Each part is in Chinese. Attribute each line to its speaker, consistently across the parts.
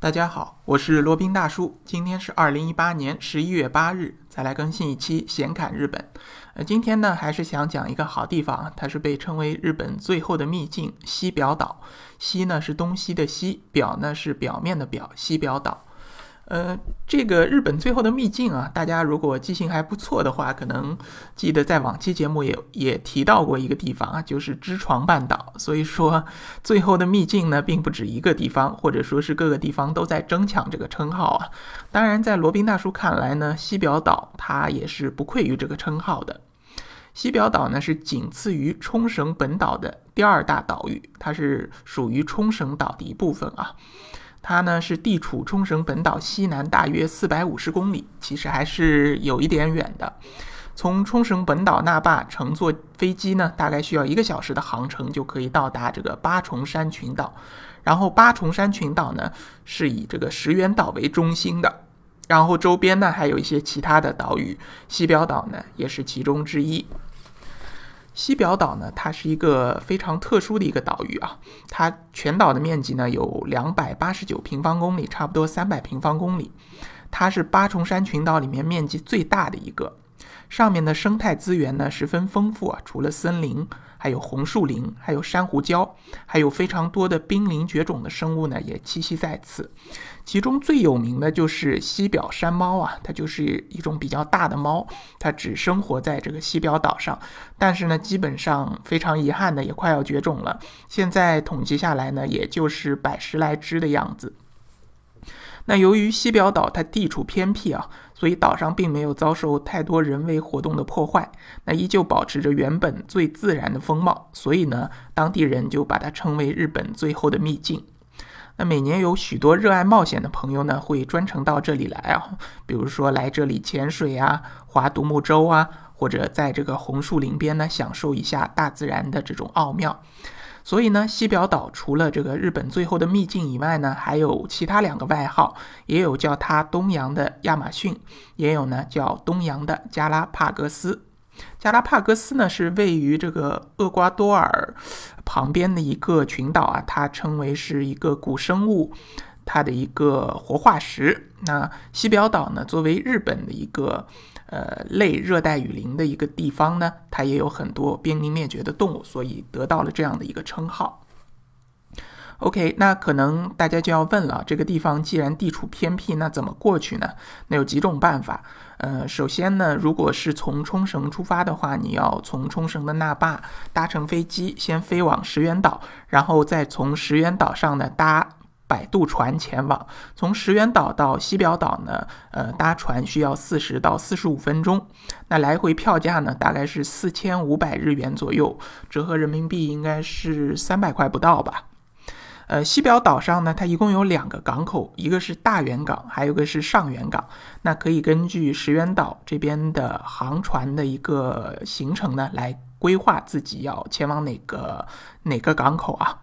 Speaker 1: 大家好，我是罗宾大叔。今天是2018年11月8日，再来更新一期闲侃日本。今天呢，还是想讲一个好地方，它是被称为日本最后的秘境西表岛。西呢是东西的西，表呢是表面的表，西表岛。这个日本最后的秘境啊，大家如果记性还不错的话，可能记得在往期节目也提到过一个地方啊，就是知床半岛。所以说，最后的秘境呢，并不止一个地方，或者说是各个地方都在争抢这个称号啊。当然，在罗宾大叔看来呢，西表岛它也是不愧于这个称号的。西表岛呢是仅次于冲绳本岛的第二大岛屿，它是属于冲绳岛的一部分啊。它呢是地处冲绳本岛西南大约450公里，其实还是有一点远的。从冲绳本岛那霸乘坐飞机呢，大概需要1个小时的航程就可以到达这个八重山群岛。然后八重山群岛呢是以这个石垣岛为中心的，然后周边呢还有一些其他的岛屿，西表岛呢也是其中之一。西表岛呢，它是一个非常特殊的一个岛屿啊，它全岛的面积呢有289平方公里，差不多300平方公里，它是八重山群岛里面面积最大的一个。上面的生态资源呢十分丰富啊，除了森林，还有红树林，还有珊瑚礁，还有非常多的濒临绝种的生物呢也栖息在此。其中最有名的就是西表山猫啊，它就是一种比较大的猫，它只生活在这个西表岛上，但是呢基本上非常遗憾的也快要绝种了，现在统计下来呢也就是110来只的样子。那由于西表岛它地处偏僻啊，所以岛上并没有遭受太多人为活动的破坏，那依旧保持着原本最自然的风貌，所以呢当地人就把它称为日本最后的秘境。那每年有许多热爱冒险的朋友呢会专程到这里来啊，比如说来这里潜水啊，划独木舟啊，或者在这个红树林边呢享受一下大自然的这种奥妙。所以呢，西表岛除了这个日本最后的秘境以外呢，还有其他2个外号，也有叫它东洋的亚马逊，也有呢叫东洋的加拉帕戈斯。加拉帕戈斯呢是位于这个厄瓜多尔旁边的一个群岛啊，它称为是一个古生物它的一个活化石。那西表岛呢作为日本的一个类热带雨林的一个地方呢，它也有很多濒临灭绝的动物，所以得到了这样的一个称号。OK， 那可能大家就要问了，这个地方既然地处偏僻，那怎么过去呢？那有几种办法。首先呢，如果是从冲绳出发的话，你要从冲绳的那霸搭乘飞机先飞往石垣岛，然后再从石垣岛上呢搭摆渡船前往。从石垣岛到西表岛呢，搭船需要40到45分钟。那来回票价呢，大概是4500日元左右，折合人民币应该是300块不到吧。西表岛上呢，它一共有2个港口，一个是大原港，还有一个是上原港。那可以根据石垣岛这边的航船的一个行程呢，来规划自己要前往哪个港口啊。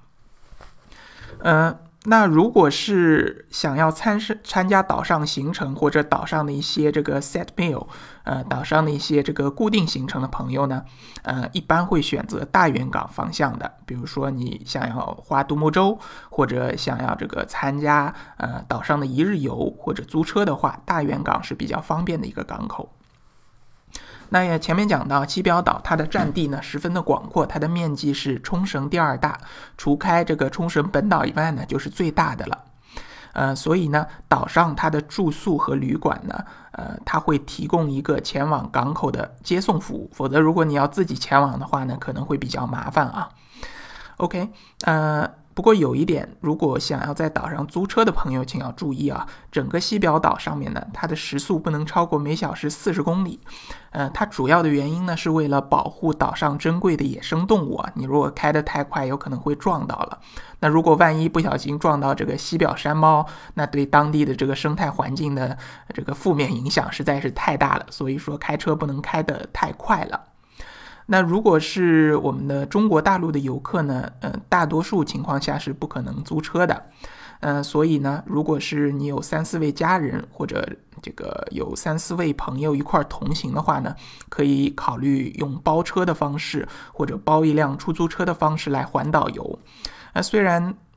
Speaker 1: 那如果是想要参加岛上行程或者岛上的一些这个 set meal， 岛上的一些这个固定行程的朋友呢，一般会选择大原港方向的。比如说你想要划独木舟，或者想要这个参加岛上的一日游或者租车的话，大原港是比较方便的一个港口。那也前面讲到西表岛，它的占地呢十分的广阔，它的面积是冲绳第2大，除开这个冲绳本岛以外呢就是最大的了。所以呢岛上它的住宿和旅馆呢它会提供一个前往港口的接送服务，否则如果你要自己前往的话呢可能会比较麻烦啊。OK， 不过有一点，如果想要在岛上租车的朋友请要注意啊，整个西表岛上面呢，它的时速不能超过每小时40公里。它主要的原因呢是为了保护岛上珍贵的野生动物啊，你如果开得太快有可能会撞到了。那如果万一不小心撞到这个西表山猫，那对当地的这个生态环境的这个负面影响实在是太大了，所以说开车不能开得太快了。那如果是我们的中国大陆的游客呢，大多数情况下是不可能租车的。所以呢，如果是你有3-4位家人，或者这个有3-4位朋友一块同行的话呢，可以考虑用包车的方式，或者包一辆出租车的方式来环岛游。虽然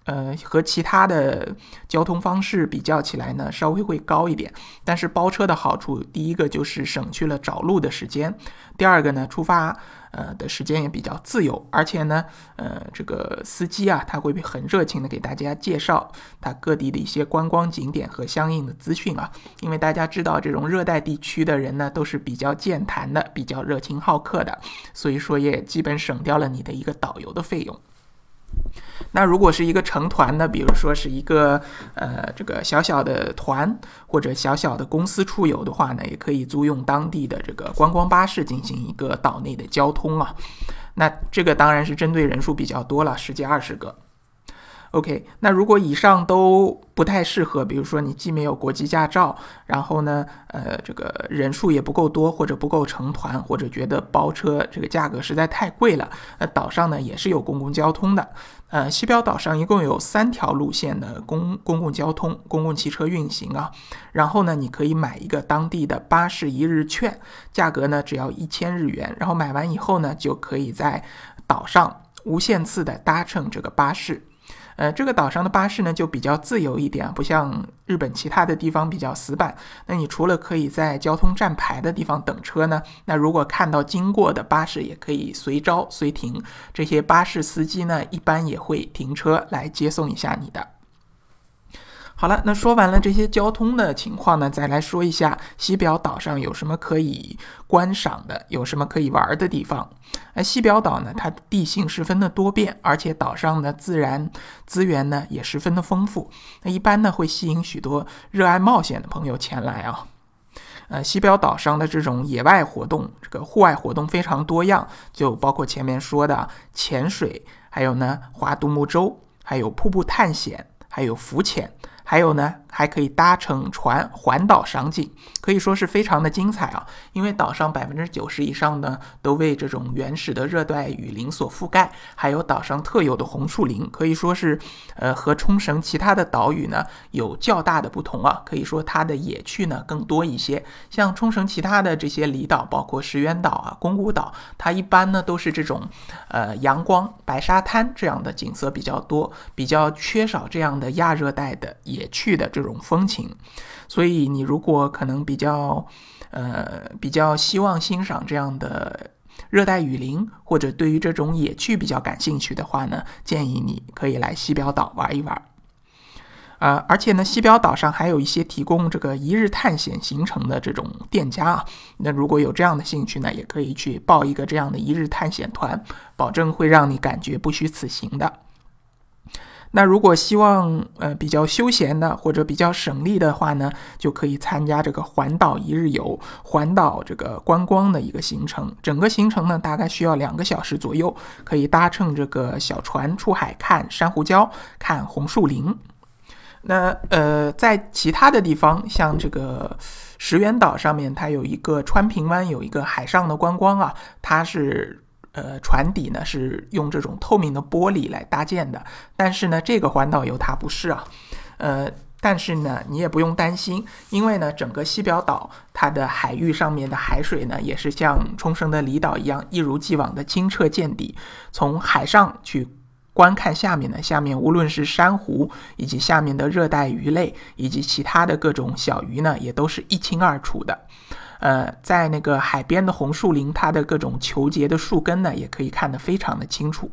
Speaker 1: 和其他的交通方式比较起来呢，稍微会高一点。但是包车的好处，第一个就是省去了找路的时间，第二个呢，出发的时间也比较自由，而且呢，这个司机啊，他会很热情的给大家介绍他各地的一些观光景点和相应的资讯啊。因为大家知道，这种热带地区的人呢，都是比较健谈的，比较热情好客的，所以说也基本省掉了你的一个导游的费用。那如果是一个成团呢，比如说是一个这个小小的团或者小小的公司出游的话呢，也可以租用当地的这个观光巴士进行一个岛内的交通啊。那这个当然是针对人数比较多了，10几20个。OK， 那如果以上都不太适合，比如说你既没有国际驾照，然后呢，这个人数也不够多，或者不够成团，或者觉得包车这个价格实在太贵了，岛上呢也是有公共交通的。西表岛上一共有3条路线的公共交通、公共汽车运行啊。然后呢，你可以买一个当地的巴士1日券，价格呢只要1000日元。然后买完以后呢，就可以在岛上无限次的搭乘这个巴士。这个岛上的巴士呢就比较自由一点，不像日本其他的地方比较死板。那你除了可以在交通站牌的地方等车呢，那如果看到经过的巴士也可以随招随停，这些巴士司机呢一般也会停车来接送一下你的。好了，那说完了这些交通的情况呢，再来说一下西表岛上有什么可以观赏的，有什么可以玩的地方。西表岛呢，它的地形十分的多变，而且岛上的自然资源呢也十分的丰富。那一般呢会吸引许多热爱冒险的朋友前来啊。西表岛上的这种野外活动，这个户外活动非常多样，就包括前面说的潜水，还有呢划独木舟，还有瀑布探险，还有浮潜，还有呢还可以搭乘船环岛赏景，可以说是非常的精彩啊。因为岛上90%以上呢都为这种原始的热带雨林所覆盖，还有岛上特有的红树林，可以说是和冲绳其他的岛屿呢有较大的不同啊。可以说它的野趣呢更多一些。像冲绳其他的这些离岛，包括石垣岛啊、宫古岛，它一般呢都是这种阳光、白沙滩这样的景色比较多，比较缺少这样的亚热带的野趣的这种风情。所以你如果可能比较希望欣赏这样的热带雨林，或者对于这种野趣比较感兴趣的话呢，建议你可以来西表岛玩一玩。而且呢，西表岛上还有一些提供这个1日探险行程的这种店家啊。那如果有这样的兴趣呢，也可以去报一个这样的1日探险团，保证会让你感觉不虚此行的。那如果希望比较休闲的或者比较省力的话呢，就可以参加这个环岛1日游，环岛这个观光的一个行程。整个行程呢大概需要2个小时左右，可以搭乘这个小船出海看珊瑚礁，看红树林。那在其他的地方，像这个石垣岛上面，它有一个川平湾，有一个海上的观光啊，它是船底呢是用这种透明的玻璃来搭建的，但是呢这个环岛游它不是啊。但是呢你也不用担心，因为呢整个西表岛它的海域上面的海水呢也是像冲绳的离岛一样一如既往的清澈见底。从海上去观看下面呢，下面无论是珊瑚以及下面的热带鱼类以及其他的各种小鱼呢，也都是一清二楚的。在那个海边的红树林，它的各种球节的树根呢，也可以看得非常的清楚。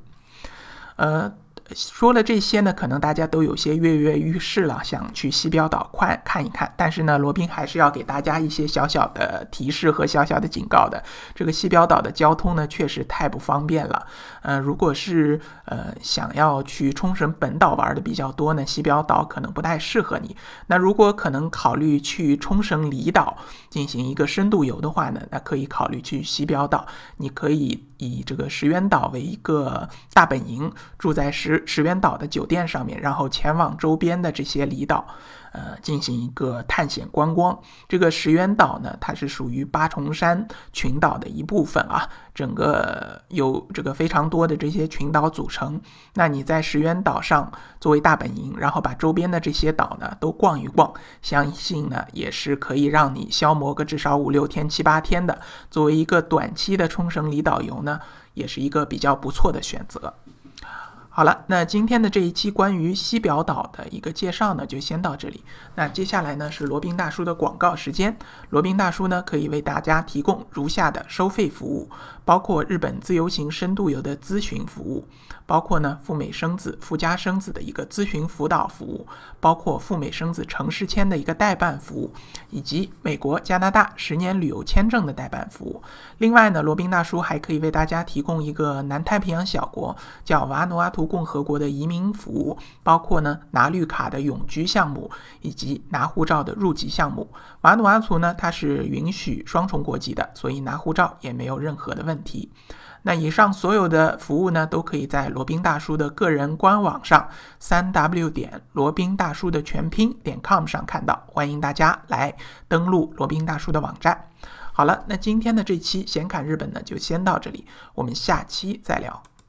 Speaker 1: 说了这些呢，可能大家都有些跃跃欲试了，想去西表岛看一看。但是呢，罗宾还是要给大家一些小小的提示和小小的警告的。这个西表岛的交通呢，确实太不方便了。如果是想要去冲绳本岛玩的比较多呢，西表岛可能不太适合你。那如果可能考虑去冲绳离岛进行一个深度游的话呢，那可以考虑去西表岛。你可以以这个石垣岛为一个大本营，住在石垣岛的酒店上面，然后前往周边的这些离岛进行一个探险观光。这个石垣岛呢，它是属于八重山群岛的一部分啊，整个由这个非常多的这些群岛组成。那你在石垣岛上作为大本营，然后把周边的这些岛呢都逛一逛，相信呢也是可以让你消磨个至少5、6天、7、8天的。作为一个短期的冲绳离岛游呢，也是一个比较不错的选择。 好了，那今天的这一期关于西表岛的一个介绍呢，就先到这里。那接下来呢是罗宾大叔的广告时间。罗宾大叔呢可以为大家提供如下的收费服务，包括日本自由行深度游的咨询服务，包括呢赴美生子、赴加生子的一个咨询辅导服务，包括赴美生子城市签的一个代办服务，以及美国、加拿大10年旅游签证的代办服务。另外呢，罗宾大叔还可以为大家提供一个南太平洋小国叫瓦努阿图共和国的移民服务，包括呢拿绿卡的永居项目以及拿护照的入籍项目。瓦努阿图呢它是允许双重国籍的，所以拿护照也没有任何的问题。那以上所有的服务呢都可以在罗宾大叔的个人官网上 3w 罗宾大叔的全拼.com 上看到，欢迎大家来登录罗宾大叔的网站。好了，那今天的这期闲侃日本呢就先到这里，我们下期再聊。